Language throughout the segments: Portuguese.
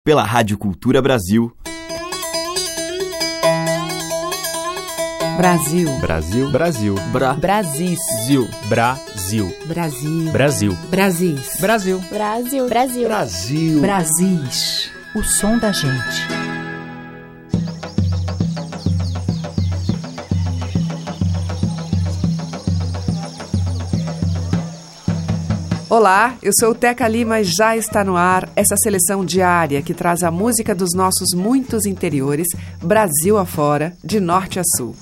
pela Rádio Cultura Brasil. Brasil. Brasil. Brasil. Brasis. Brasil. Brasil. Brasil. Brasis. Brasil. Brasil. Brasil. Brasil. Brasis. O som da gente. Olá, eu sou o Teca Lima e já está no ar essa seleção diária que traz a música dos nossos muitos interiores, Brasil afora, de norte a sul.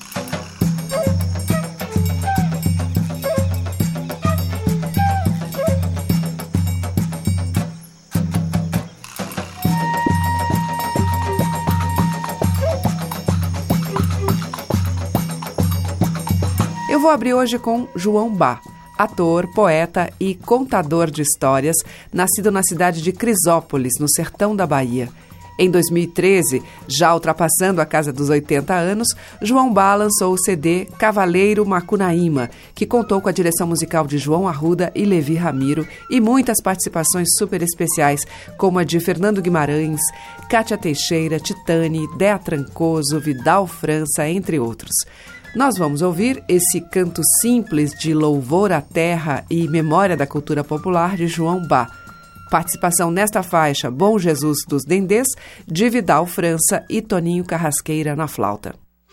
Eu vou abrir hoje com João Bá, ator, poeta e contador de histórias, nascido na cidade de Crisópolis, no sertão da Bahia. Em 2013, já ultrapassando a casa dos 80 anos, João Bá lançou o CD Cavaleiro Macunaíma, que contou com a direção musical de João Arruda e Levi Ramiro e muitas participações super especiais, como a de Fernando Guimarães, Cátia Teixeira, Titane, Déa Trancoso, Vidal França, entre outros. Nós vamos ouvir esse canto simples de louvor à terra e memória da cultura popular de João Bá. Participação nesta faixa Bom Jesus dos Dendês, de Vidal França e Toninho Carrasqueira na flauta.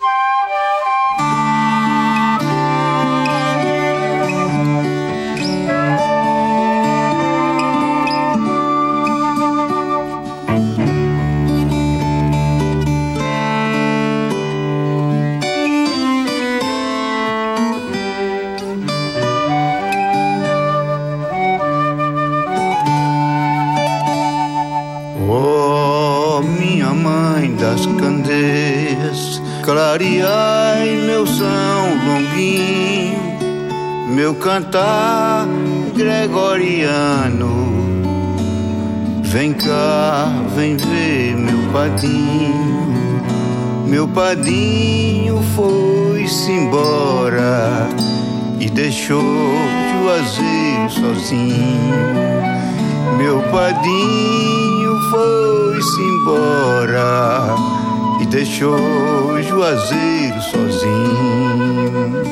Clareai meu São Longuinho, meu cantar gregoriano. Vem cá, vem ver meu padinho. Meu padinho foi-se embora e deixou Juazeiro sozinho. Meu padinho foi-se embora e deixou Juazeiro sozinho.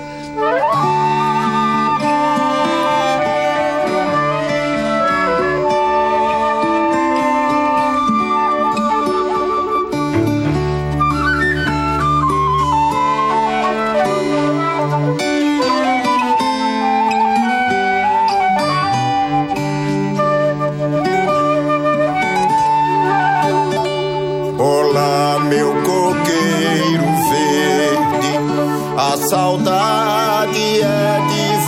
Saudade é de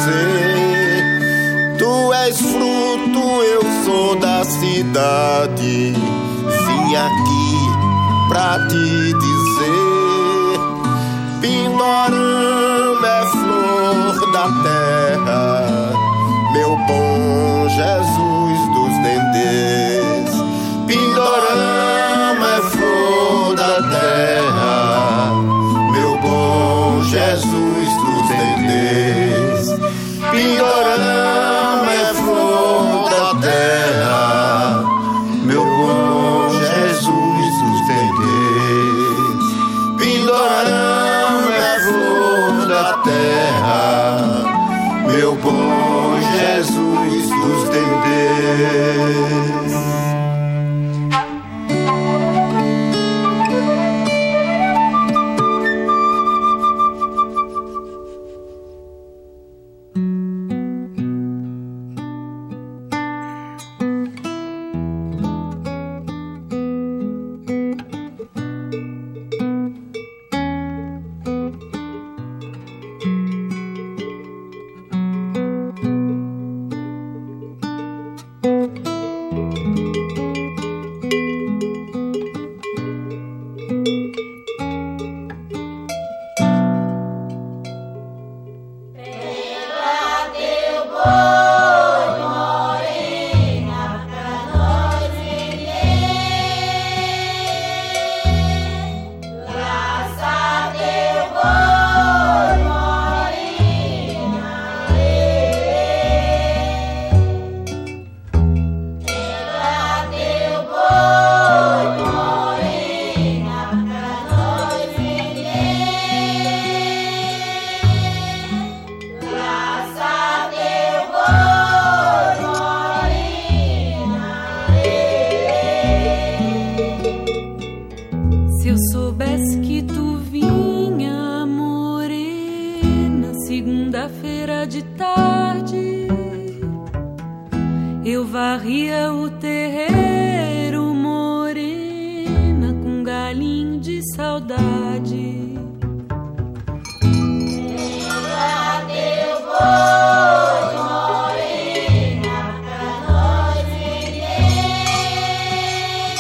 você. Tu és fruto, eu sou da cidade. Vim aqui pra te dizer: Pindorama é flor da terra, meu bom Jesus dos Dendês. Pindorama é flor da terra, meu bom Jesus dos Dendês. Pindorama é flor da terra, meu bom Jesus dos Dendês. Pindorama é flor da terra, meu bom Jesus dos Dendês. Segunda-feira de tarde, eu varria o terreiro, morena, com galinho de saudade. Ela deu boi, morena, pra nós vender.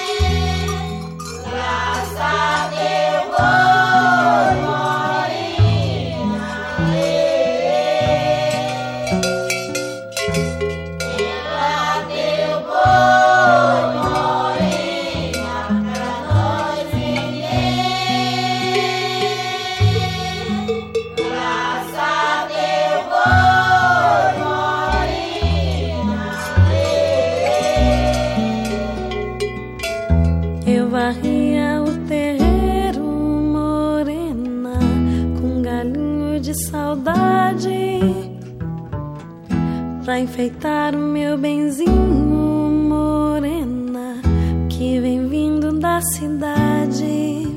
Graça deu boi, morena, ela deu boi, morena, pra nós vender. Graça deu boi, morena. Eu varria o terreiro, morena, com galinho de saudade, pra enfeitar o meu benzinho, morena, que vem vindo da cidade.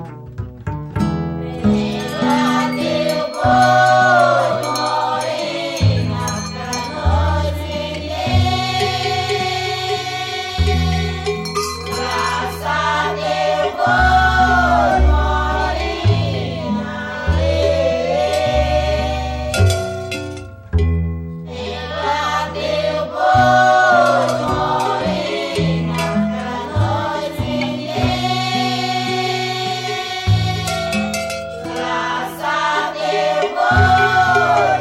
Ela deu boi, morena, pra nós vender. Graça deu boi, morena. Ela deu boi, morena, pra nós vender. Graça deu boi,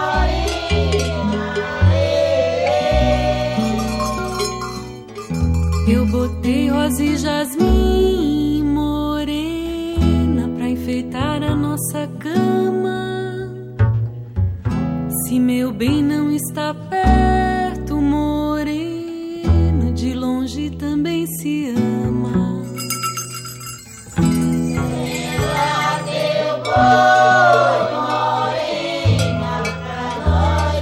morena. Eu botei rosa e jasmim, morena, pra enfeitar a nossa cama. Se meu bem não está perto, morena, de longe também se ama. Ela deu boi, morena, pra nós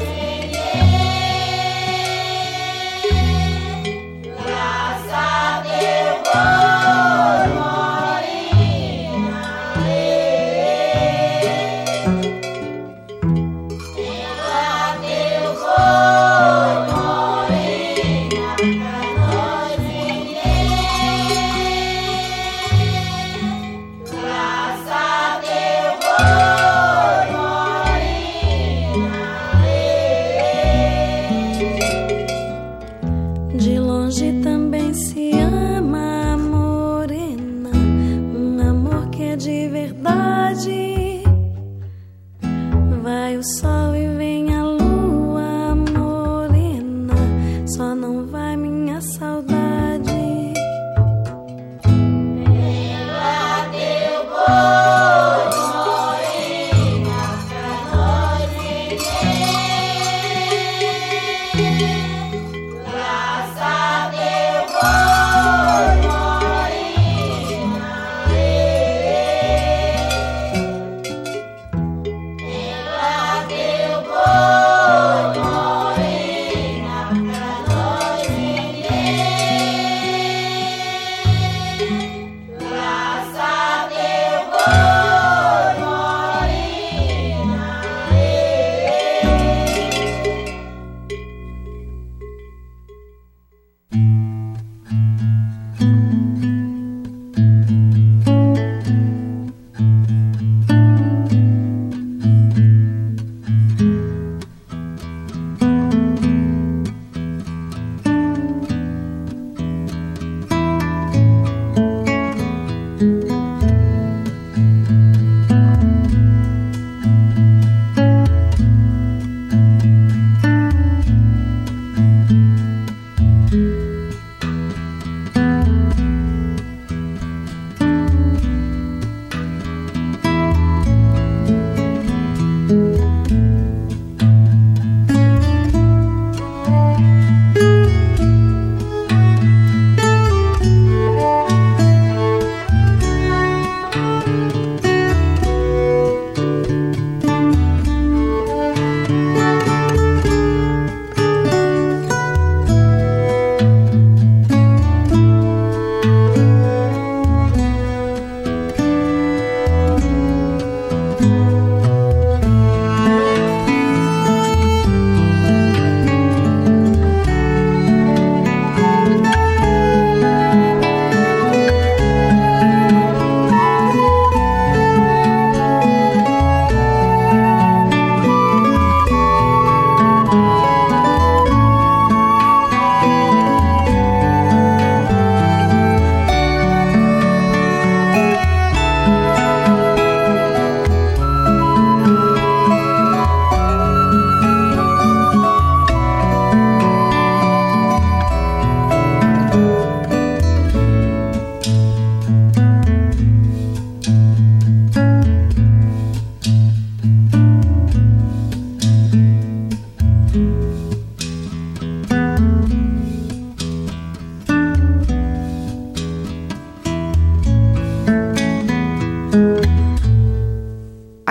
vender. Graça deu boi, morena. Ela deu boi, morena, pra nós vender.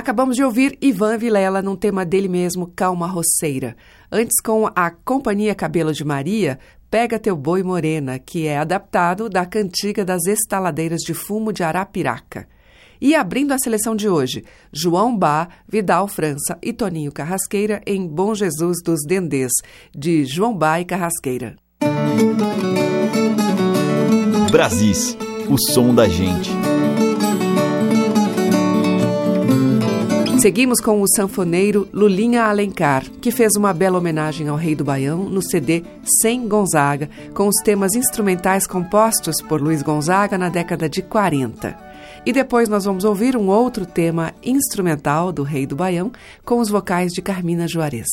Acabamos de ouvir Ivan Vilela num tema dele mesmo, Calma Roceira. Antes, com a Companhia Cabelo de Maria, Pega Teu Boi Morena, que é adaptado da cantiga das estaladeiras de fumo de Arapiraca. E abrindo a seleção de hoje, João Bá, Vidal França e Toninho Carrasqueira em Bom Jesus dos Dendês, de João Bá e Carrasqueira. Brasis, o som da gente. Seguimos com o sanfoneiro Lulinha Alencar, que fez uma bela homenagem ao Rei do Baião no CD Sem Gonzaga, com os temas instrumentais compostos por Luiz Gonzaga na década de 40. E depois nós vamos ouvir um outro tema instrumental do Rei do Baião, com os vocais de Carmina Juarez.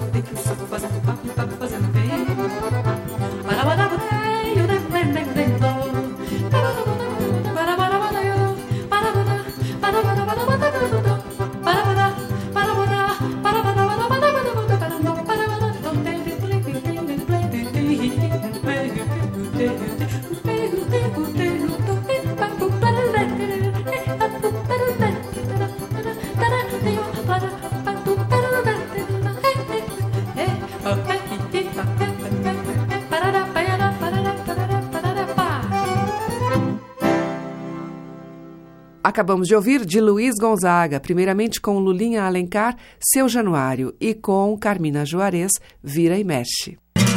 Acabamos de ouvir de Luiz Gonzaga, primeiramente com Lulinha Alencar, Seu Januário, e com Carmina Juarez, Vira e Mexe.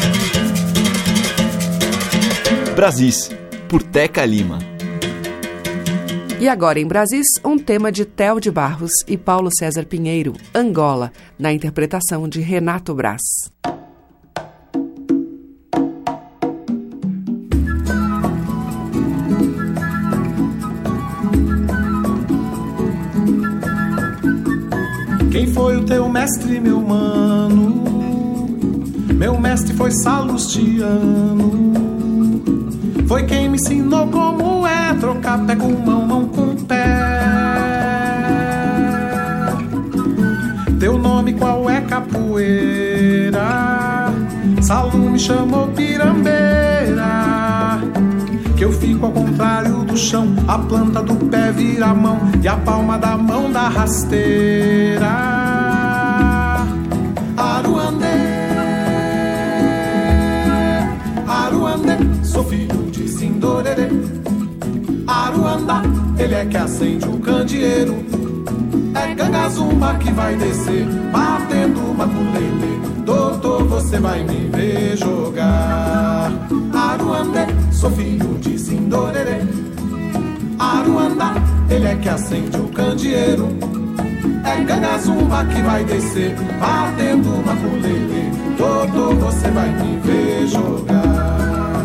Brasis, por Teca Lima. E agora em Brasis, um tema de Theo de Barros e Paulo César Pinheiro, Angola, na interpretação de Renato Braz. Quem foi o teu mestre, meu mano? Meu mestre foi Salustiano. Foi quem me ensinou como é trocar pé com mão, mão com pé. Teu nome qual é, capoeira? Salu me chamou pirambeira. Que eu fico ao contrário do chão, a planta do pé vira a mão e a palma da mão da rasteira. Aruandê, Aruandê, sou filho de Sindorerê. Aruandá, ele é que acende o candeeiro. É Gangazumba que vai descer, batendo maculele. Doutor, você vai me ver jogar. Aruandê, sou filho de Sindorerê. Aruandá, ele é que acende o candeeiro. É Gangazumba que vai descer, batendo maculele. Doutor, você vai me ver jogar.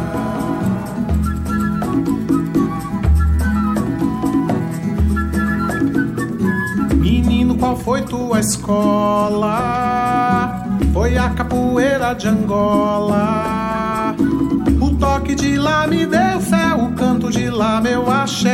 Menino, qual foi tua escola? Foi a capoeira de Angola. O toque de lá me deu fé, o canto de lá meu axé.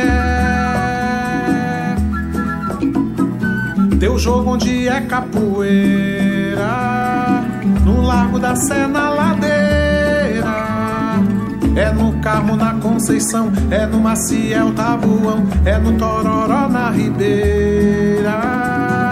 Teu jogo onde é capoeira, no Largo da Sé, na ladeira. É no Carmo, na Conceição, é no Maciel, Tabuão, é no Tororó, na Ribeira.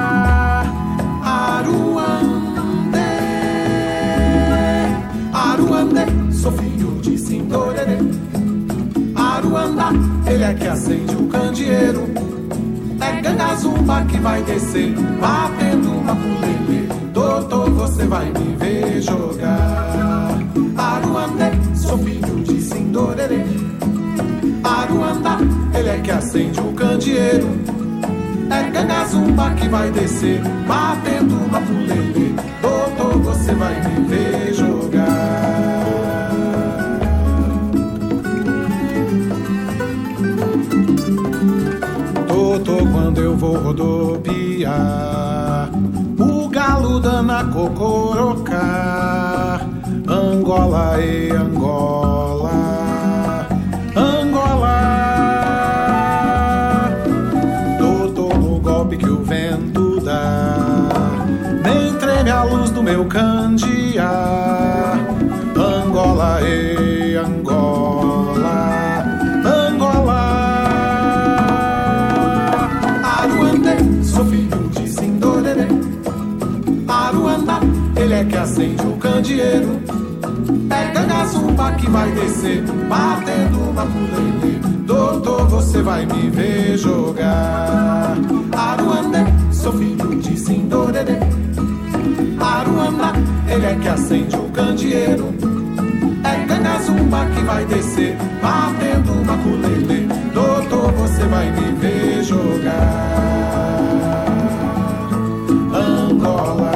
Aruandê, sou filho de Sindorerê. Aruandá, ele é que acende o candeeiro. É Gangazumba que vai descer, batendo maculele. Doutor, você vai me ver jogar. Aruandê, sou filho de Sindorerê. Aruandá, ele é que acende o candeeiro. É Gangazumba que vai descer, batendo maculele. Doutor, você vai me ver jogar. Doutor, quando eu vou rodopiar, o galo dana cocorocar. Angola e Angola, Angola. Doutor, no golpe que o vento dá, nem treme a luz do meu candear. Angola e Angola, Angola. Aruandê, sou filho de Sindorerê. Aruandá, ele é que acende o candeeiro. É Gangazumba que vai descer, batendo maculele. Doutor, você vai me ver jogar. Aruandê, sou filho de Sindorerê. Aruandá, ele é que acende o candeeiro. É Gangazumba que vai descer, batendo maculele. Doutor, você vai me ver jogar. Angola,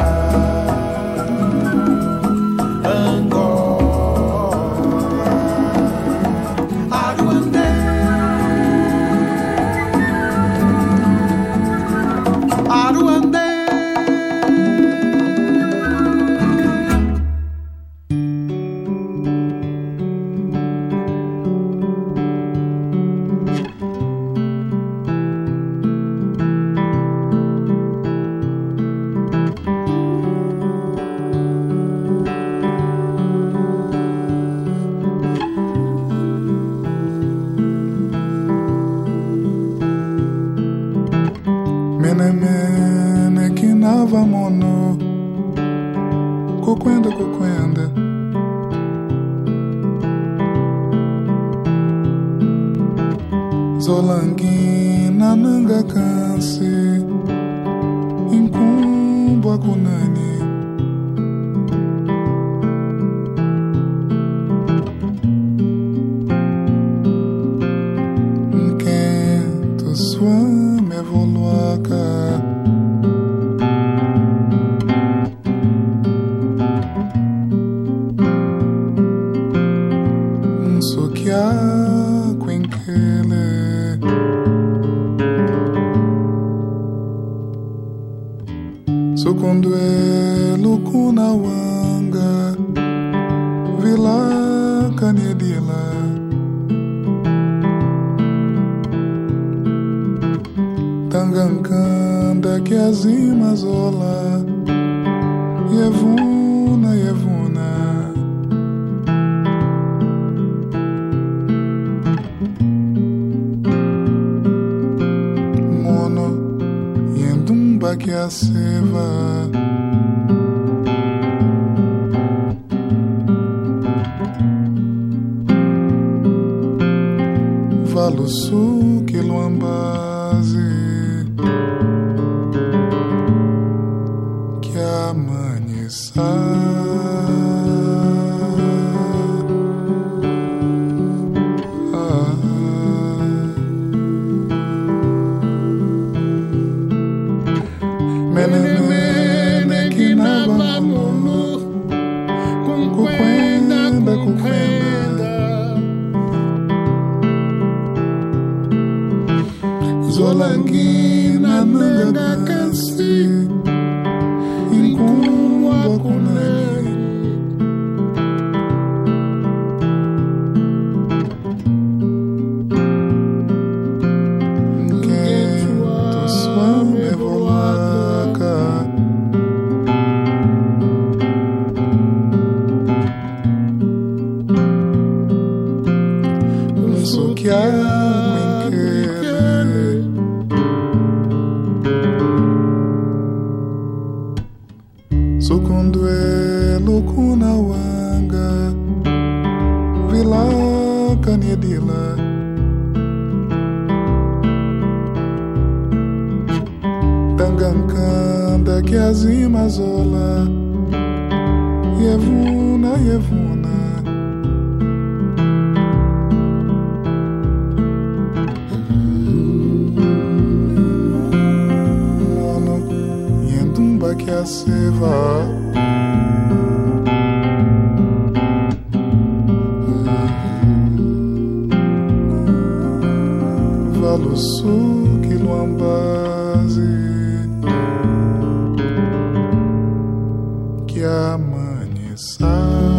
kukwenda Zolangina nanga kansi Inkumbwa kunani Nkento swame evoluaka Nsokia kwenkele Sokonduelo kuna wanga Vila kaniedila Tangankanda que azima zola Yevuna, Yevuna Mono Yendumba que a seva Valusu que luambaze Que amanheça Mene que na vamulu Kukwenda Zolangina nanga kansi Inkumbwa kunani Nkento swame evoluaka Nsokia kwenkele Sokonduelo kuna wanga Vila kaniedila Tangankanda que azima zola Yevuna, Yevuna Mono Yendumba que a seva Valusu que luambaze Que amanheça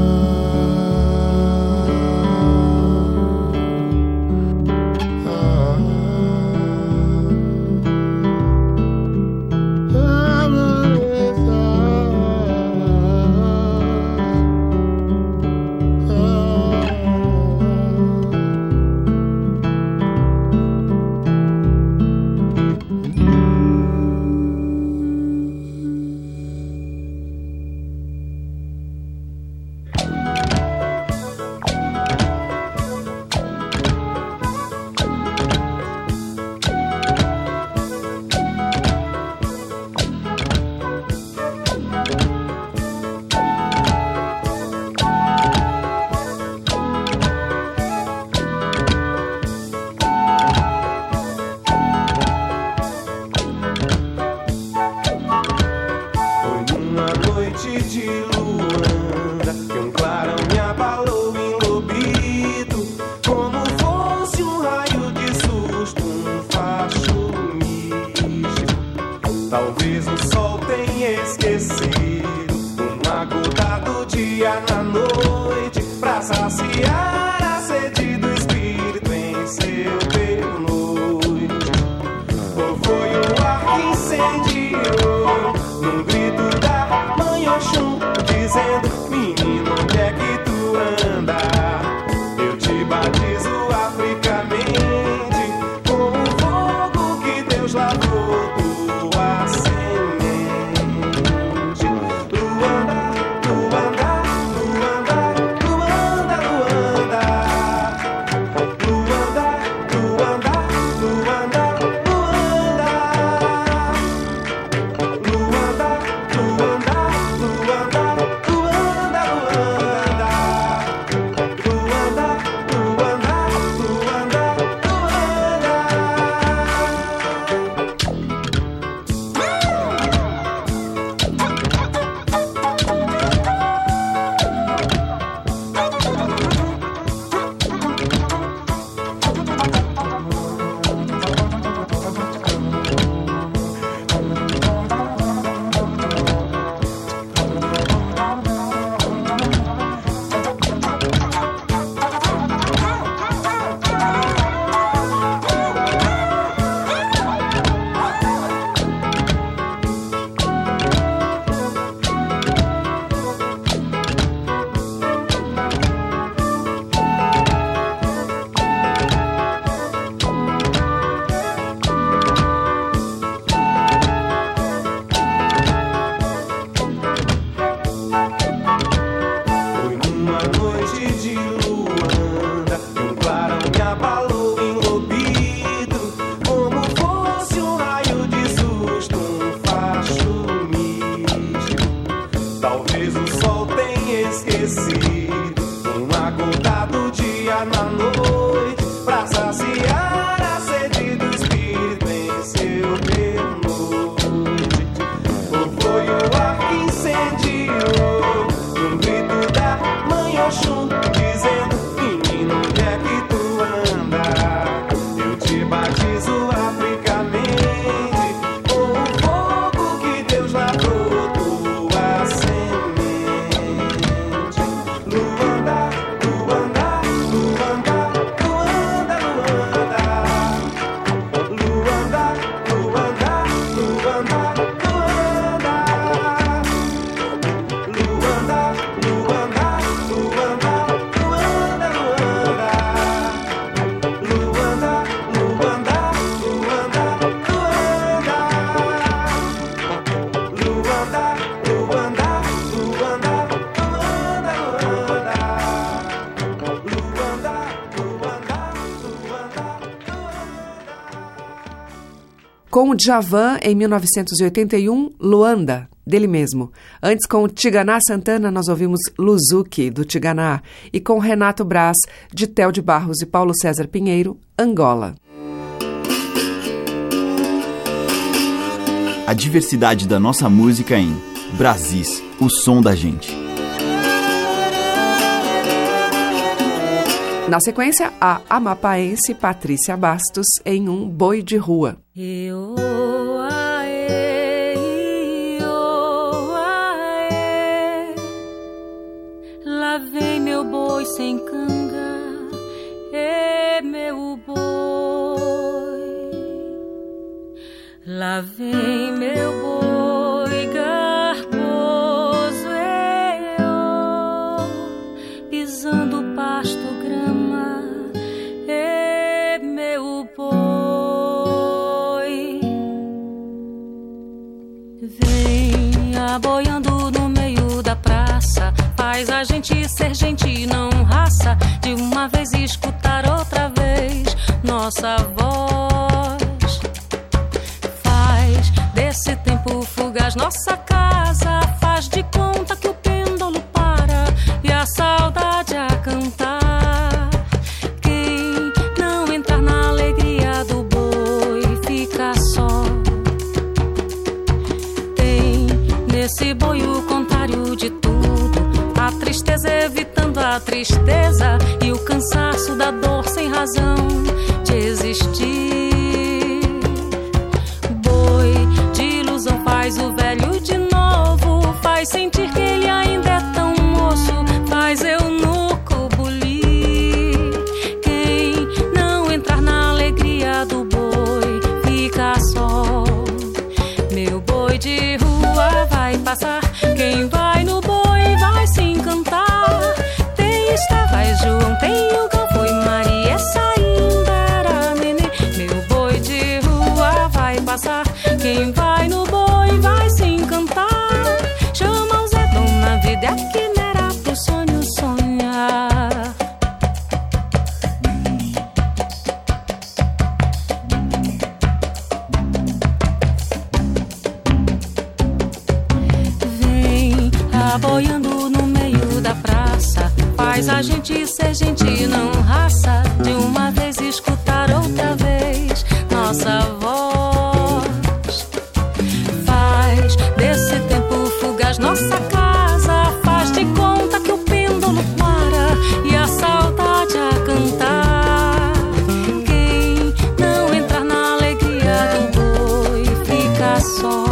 Talvez o sol tenha esquecido uma gota do dia na noite pra saciar a sede do espírito em seu pernoite. Ou foi o ar que incendiou num grito da mãe Oxum dizendo: menino, onde é que tu anda? Eu te batizo africamente com o fogo que Deus lavou. Luanda, Luanda, esquecido. Uma gota do dia na noite, pra saciar a sede do espírito em seu pernoite. Ou foi o ar que incendiou um grito da mãe Oxum, dizendo: menino, onde é que tu anda? Eu te batizo africamente com o fogo que Deus lavrou tua semente. Luanda, Luanda, Luanda, Luanda, Luanda. Luanda, Luanda, Luanda, Luanda. Luanda, Luanda, Luanda, Luanda, Luanda. Luanda, Luanda, Luanda, Luanda. Luanda, Luanda, Luanda, Luanda, Com o Djavan, em 1981, Luanda, dele mesmo. Antes, com o Tiganá Santana, nós ouvimos Luzuki, do Tiganá. E com Renato Braz, de Théo de Barros e Paulo César Pinheiro, Angola. A diversidade da nossa música em Brasis, o som da gente. Na sequência, a amapaense Patrícia Bastos em um Boi de Rua. Lá vem meu boi sem canga, é meu boi. Lá vem meu boi garboso, pisando pasto, grama, é meu boi. Vem aboiando no meio da praça, faz a gente ser gente, não raça. De uma vez escutar outra vez nossa voz. Faz desse tempo fugaz nossa casa, faz de conta que o pêndulo para e a saudade a cantar. Quem não entrar na alegria do boi fica só. Tem nesse boi o contrário de tudo, a tristeza evitando a tristeza e o cansaço da dor sem razão de existir. Boi de ilusão faz o velho de novo, faz sentir que ele ainda é tão moço, faz eunuco bulir. Quem não entrar na alegria do boi fica só. Meu boi de rua vai passar, quem vai no boi vai se encantar. Tem esta, vai João, tem o Galfo e Maria, essa ainda era nenê. Meu boi de rua vai passar, quem vai no boi vai se encantar. Chama o Zé, dona vida, é que não era pro sonho sonhar. Vem aboiando no meio da praça, faz a gente ser gente, não raça. De uma vez escutar outra vez nossa voz. Faz desse tempo fugaz nossa casa, faz de conta que o pêndulo para e a saudade a cantar. Quem não entrar na alegria do boi fica só.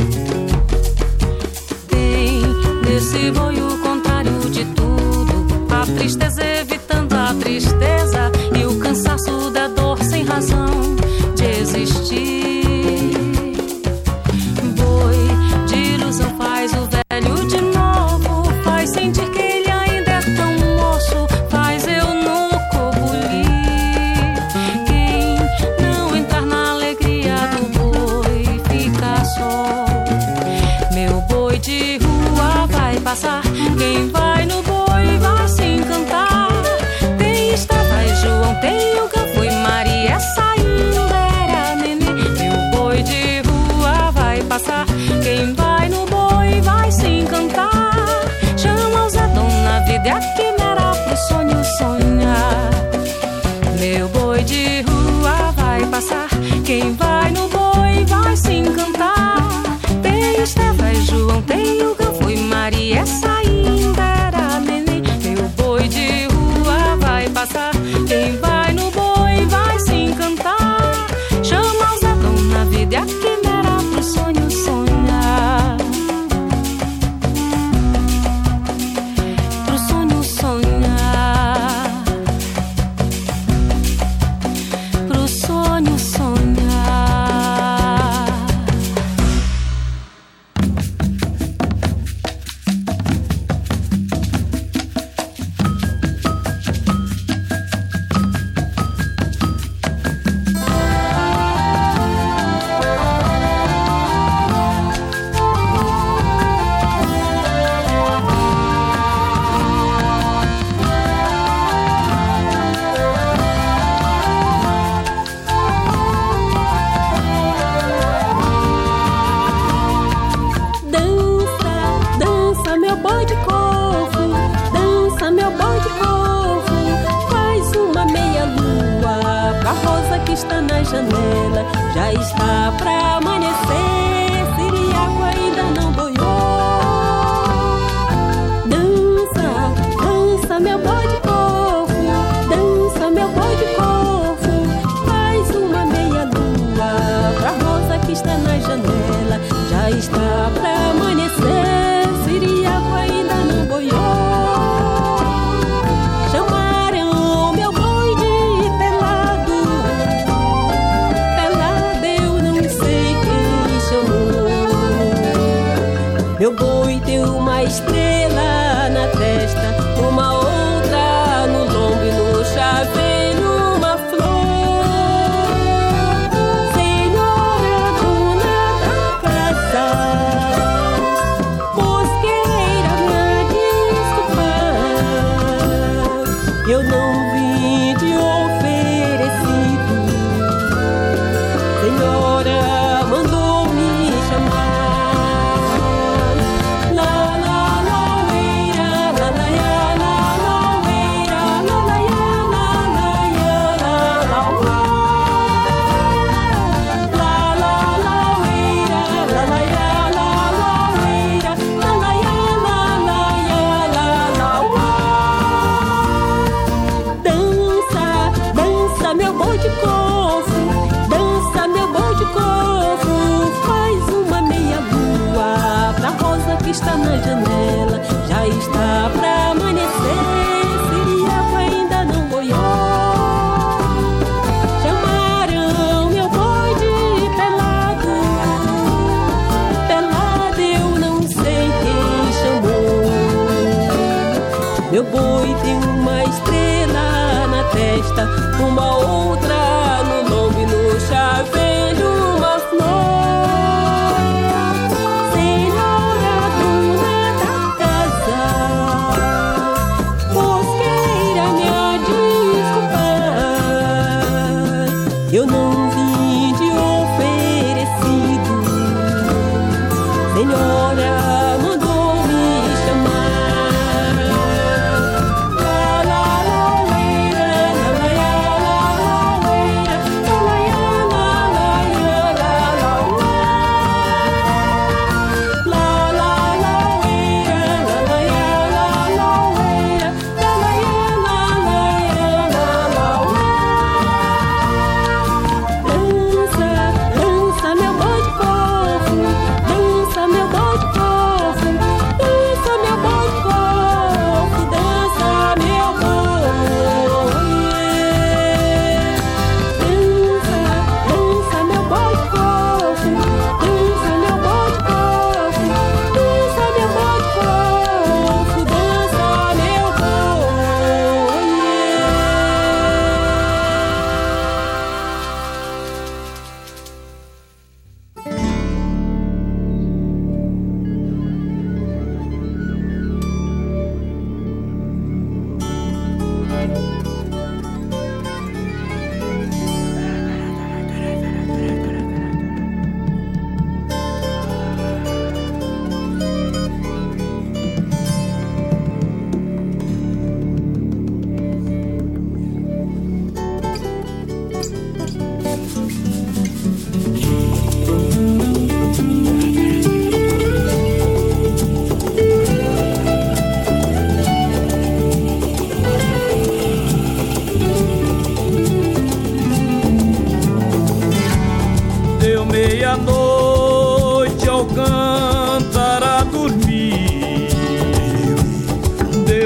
Tem nesse boi o contrário de tudo, a tristeza evitando a tristeza e o cansaço da dor sem razão de existir. Boi de ilusão faz o velho de novo, faz sentir que ele ainda é tão moço, faz eunuco bulir. Quem não entrar na alegria do boi fica só. Meu boi de rua vai passar, quem vai no boi vai se encantar. vida é a quimera pro sonho sonhar. Meu boi de rua vai passar, quem vai no boi vai se encantar. Tem Esteva e João, tem o Ganfo e Maria, essa ainda era neném. Meu boi de rua vai passar, quem vai no boi vai se encantar. Chama o Zadão na vida e a quimera pro sonho sonhar. Pro sonho sonhar. Pro sonho sonhar. Janela, já está pra amanhecer, Siriaco ainda não boiou. Dança, dança meu boi de corvo, dança meu boi de corvo, faz uma meia lua pra rosa que está na janela, já está pra amanhecer, Siriaco ainda não boiou. Chamaram meu boi de pelado, meu boi tem uma estrela na testa, uma outra no lombo e no chaveiro uma flor. Senhora dona da casa, mosqueira me desculpar, eu não vim de oferecido, senhora mandou me chamar. Está na janela, já está pra amanhecer, Siriaco ainda não boiou. Chamaram meu boi de pelado, pelado eu não sei quem chamou. Meu boi tem uma estrela na testa, uma outra no lombo e no chaveiro uma flor. Eu não vim de oferecido, senhora mandou me chamar. La la la leira, la la la la leira, la la la la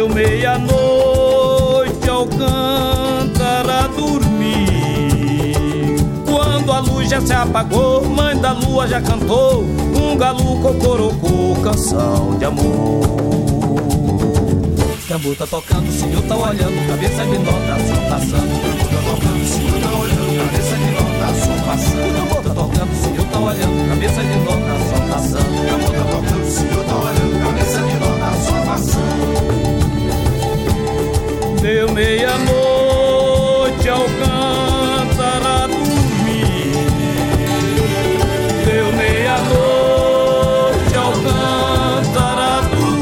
Deu meia-noite, Alcântara dormir. Quando a luz já se apagou, mãe da lua já cantou um galo cocorocô, canção de amor. Tambor tá tocando, o senhor tá olhando, cabeça de nota, som passando. Tambor tá tocando, o senhor tá olhando, cabeça de nota, som passando. Tambor tá tocando, o senhor tá olhando, cabeça de nota, som passando. Tambor tá tocando, o senhor tá olhando, cabeça de nota, som passando. Deu meia-noite, Alcântara dormir. Deu meia-noite, Alcântara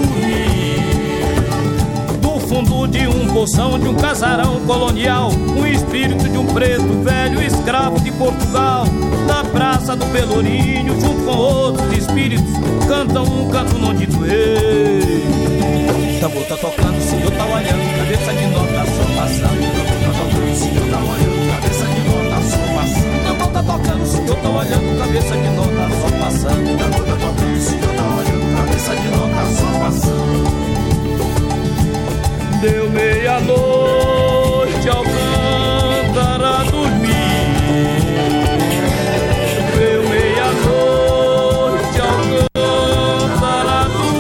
dormir. Do fundo de um poção, de um casarão colonial, um espírito de um preto velho, escravo de Portugal. Na praça do Pelourinho, junto com outros espíritos, cantam um canto não dito rei. Tambor tá tocando, o senhor tá olhando, cabeça de nota, som passando. Tambor tá tocando, o senhor tá olhando, cabeça de nota, som passando. Tambor tá tocando, o senhor tá olhando, cabeça de nota, som passando. Tambor tá tocando, o senhor tá olhando, cabeça de nota, som passando. Deu meia-noite, Alcântara dormir. Deu meia-noite, Alcântara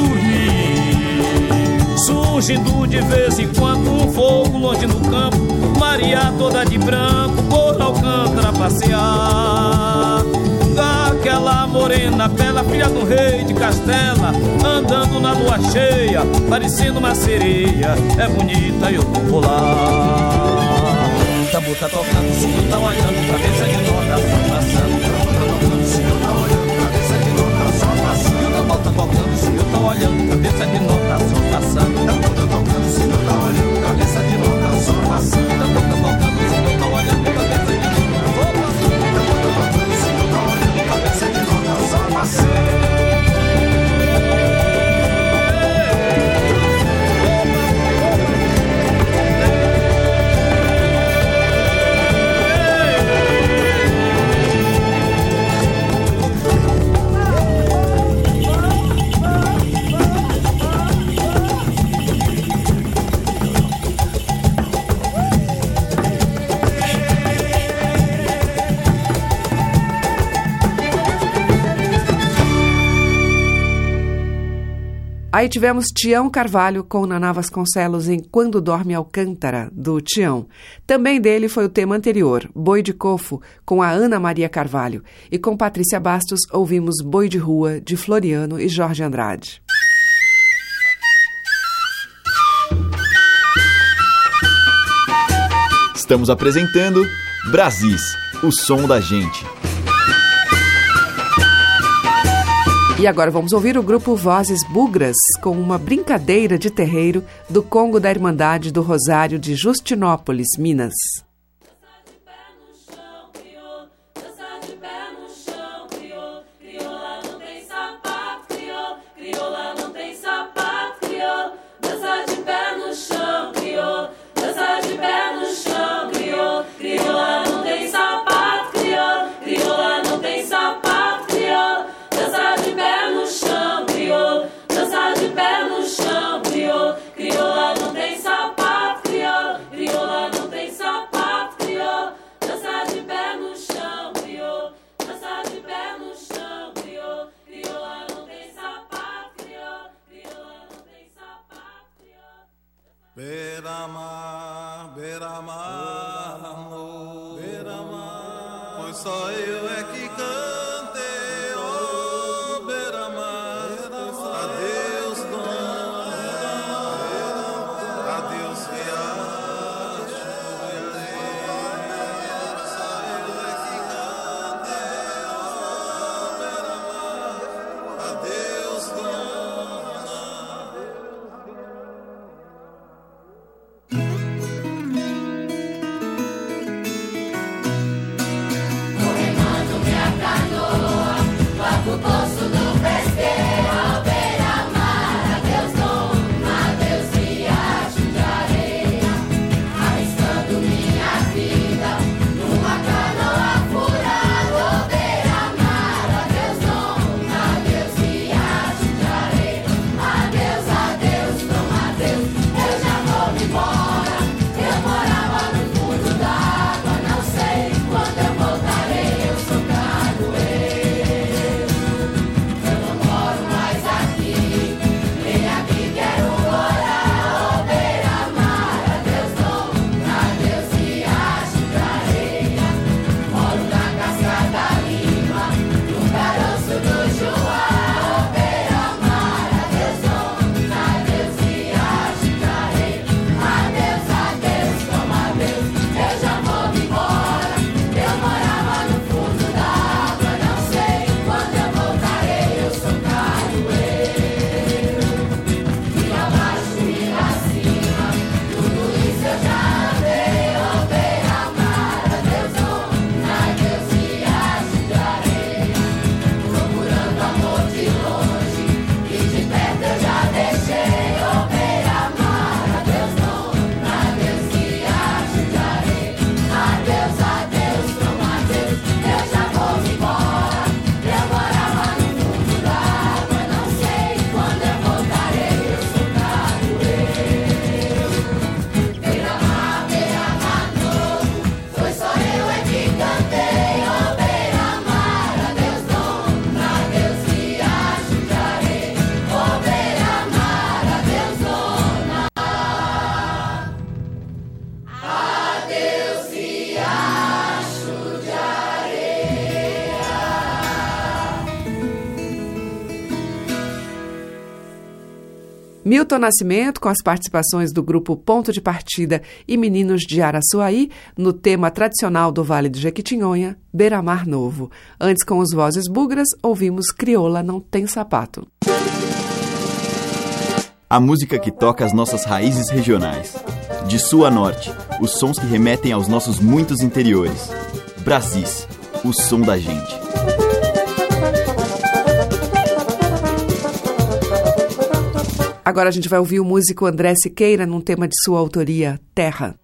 dormir. Surgindo de vez em quando um fogo longe no campo, Maria toda de branco por Alcântara passear. Aquela morena bela, filha do rei de Castela, andando na lua cheia, parecendo uma sereia. É bonita e eu vou lá. Tambor tá tocando, o senhor tá olhando, cabeça de nota, só passando. Tambor tá tocando, o senhor tá olhando, cabeça de nota, só passando. Tambor tá tocando, o senhor tá olhando, cabeça de nota, só passando. Tambor tá tocando, o senhor tá olhando, cabeça de nota, só passando. Tambor tá tocando, o senhor tá olhando, cabeça de nota, só passando. Tambor tá tocando, o senhor tá olhando, cabeça de nota, só passando. Aí tivemos Tião Carvalho com Naná Vasconcelos em Quando Dorme Alcântara, do Tião. Também dele foi o tema anterior, Boi de Cofo, com a Ana Maria Carvalho. E com Patrícia Bastos ouvimos Boi de Rua, de Floriano e Jorge Andrade. Estamos apresentando Brasis, o som da gente. E agora vamos ouvir o grupo Vozes Bugras com uma brincadeira de terreiro do Congo da Irmandade do Rosário de Justinópolis, Minas. Beira-mar, beira-mar, amor, beira-mar, pois só eu é que cantei, oh, beira-mar, adeus, dona, adeus, riacho, só eu é que cantei, oh, beira-mar, adeus, dona. Não me Milton Nascimento, com as participações do grupo Ponto de Partida e Meninos de Araçuaí, no tema tradicional do Vale do Jequitinhonha, Beira-Mar Novo. Antes, com os Vozes Bugras, ouvimos Crioula Não Tem Sapato. A música que toca as nossas raízes regionais. De sul a norte, os sons que remetem aos nossos muitos interiores. Brasis, o som da gente. Agora a gente vai ouvir o músico André Siqueira num tema de sua autoria, Terra.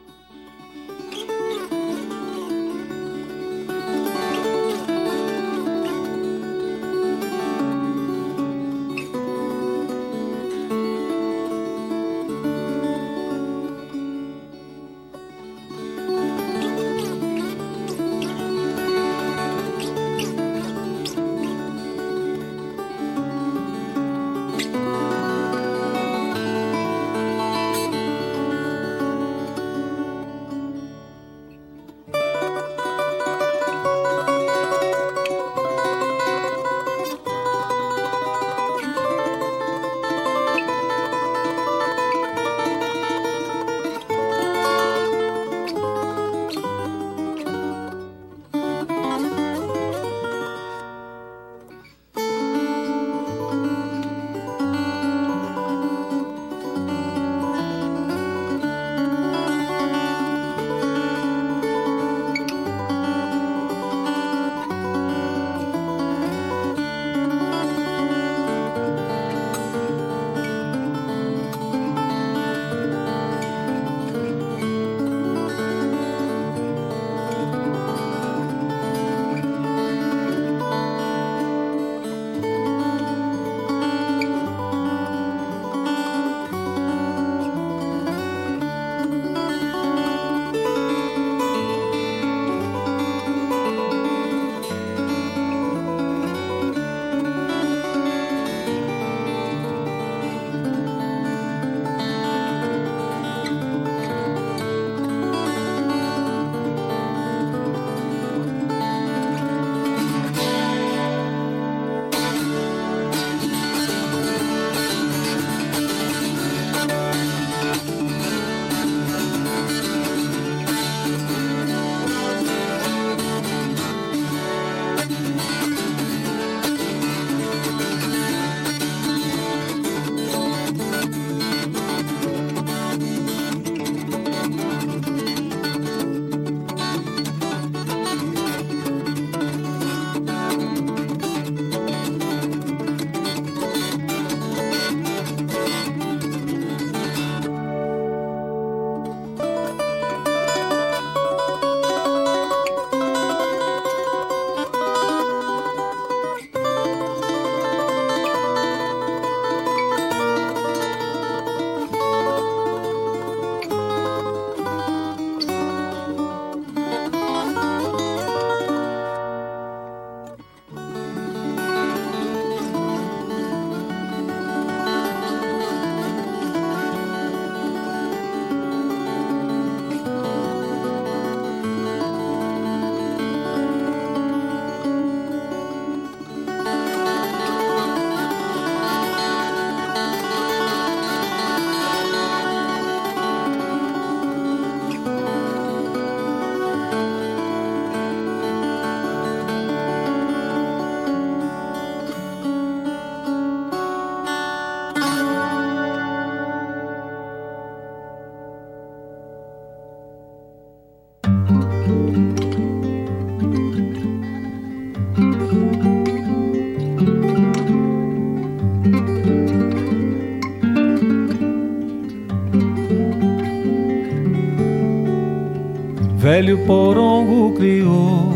Velho porongo criou,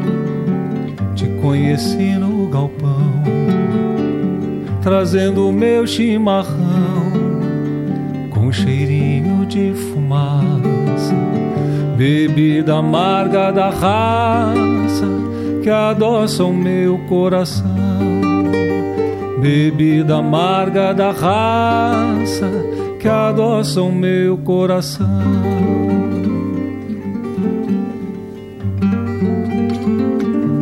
te conheci no galpão, trazendo o meu chimarrão com cheirinho de fumaça, bebida amarga da raça que adoça o meu coração, bebida amarga da raça que adoça o meu coração.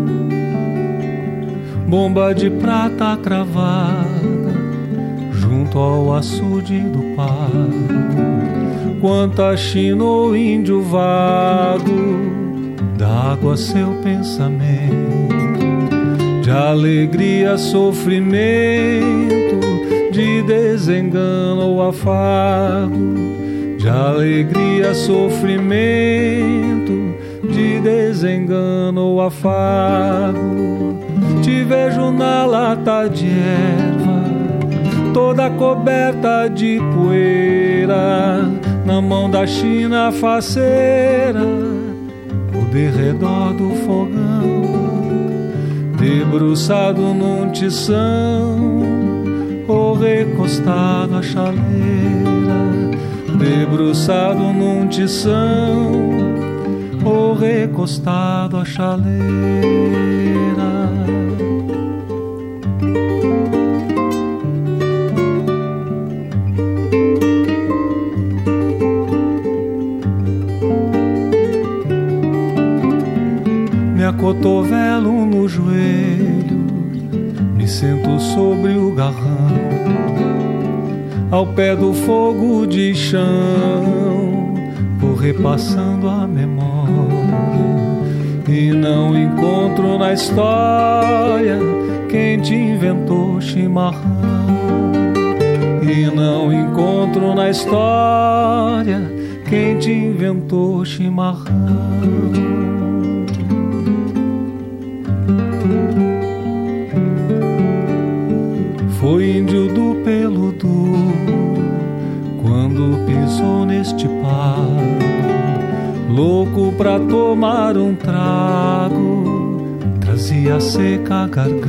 Bomba de prata cravada junto junto ao açude do pago, quanta China ou índio vago, d'água seu pensamento, de alegria sofrimento, de desengano ou afago, de alegria sofrimento, de desengano ou afago. Te vejo na lata de erva, toda coberta de poeira, na mão da China faceira, o derredor do fogão, debruçado num tição, ou recostado à chaleira, debruçado num tição, ou recostado à chaleira. Me acotovelo no joelho, me sento sobre o garrão, ao pé do fogo de chão, vou repassando a memória, e não encontro na história quem te inventou chimarrão, e não encontro na história quem te inventou chimarrão. Foi índio do pelo duro quando pisou neste pago, louco pra tomar um trago, trazia seca a garganta,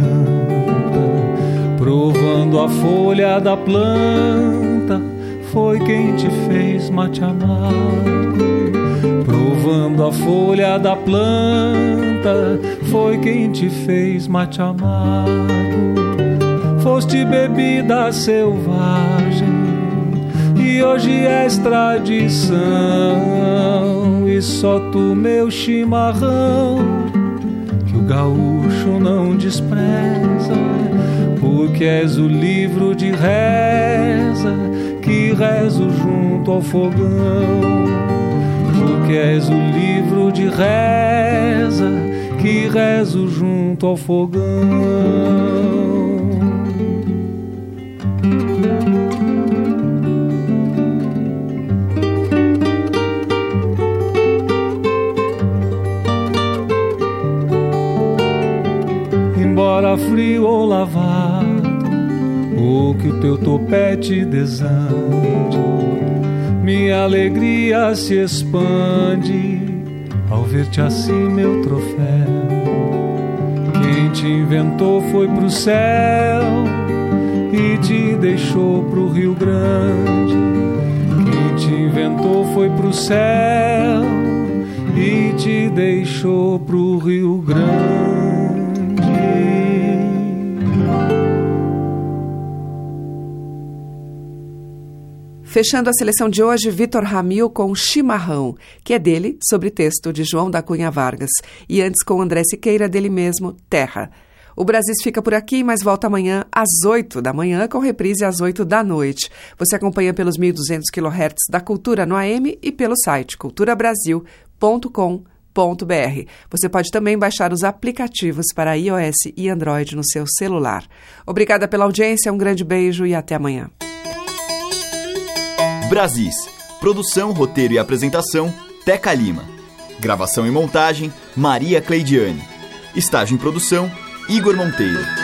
provando a folha da planta, foi quem te fez mate amargo, provando a folha da planta, foi quem te fez mate amargo. Foste bebida selvagem e hoje és tradição, e só tu, meu chimarrão, que o gaúcho não despreza, porque és o livro de reza que rezo junto ao fogão, porque és o livro de reza que rezo junto ao fogão. Embora frio ou lavado, ou que o teu topete desande, minha alegria se expande ao ver-te assim, meu troféu. Quem te inventou foi pro céu e te deixou pro Rio Grande. Quem te inventou foi pro céu e te deixou pro Rio Grande. Fechando a seleção de hoje, Vitor Ramil com Chimarrão, que é dele, sobre texto de João da Cunha Vargas. E antes com André Siqueira, dele mesmo, Terra. O Brasis fica por aqui, mas volta amanhã às 8 da manhã, com reprise às 8 da noite. Você acompanha pelos 1.200 kHz da Cultura no AM e pelo site culturabrasil.com.br. Você pode também baixar os aplicativos para iOS e Android no seu celular. Obrigada pela audiência, um grande beijo e até amanhã. Brasis. Produção, roteiro e apresentação, Teca Lima. Gravação e montagem, Maria Cleidiane. Estágio em produção, Igor Monteiro.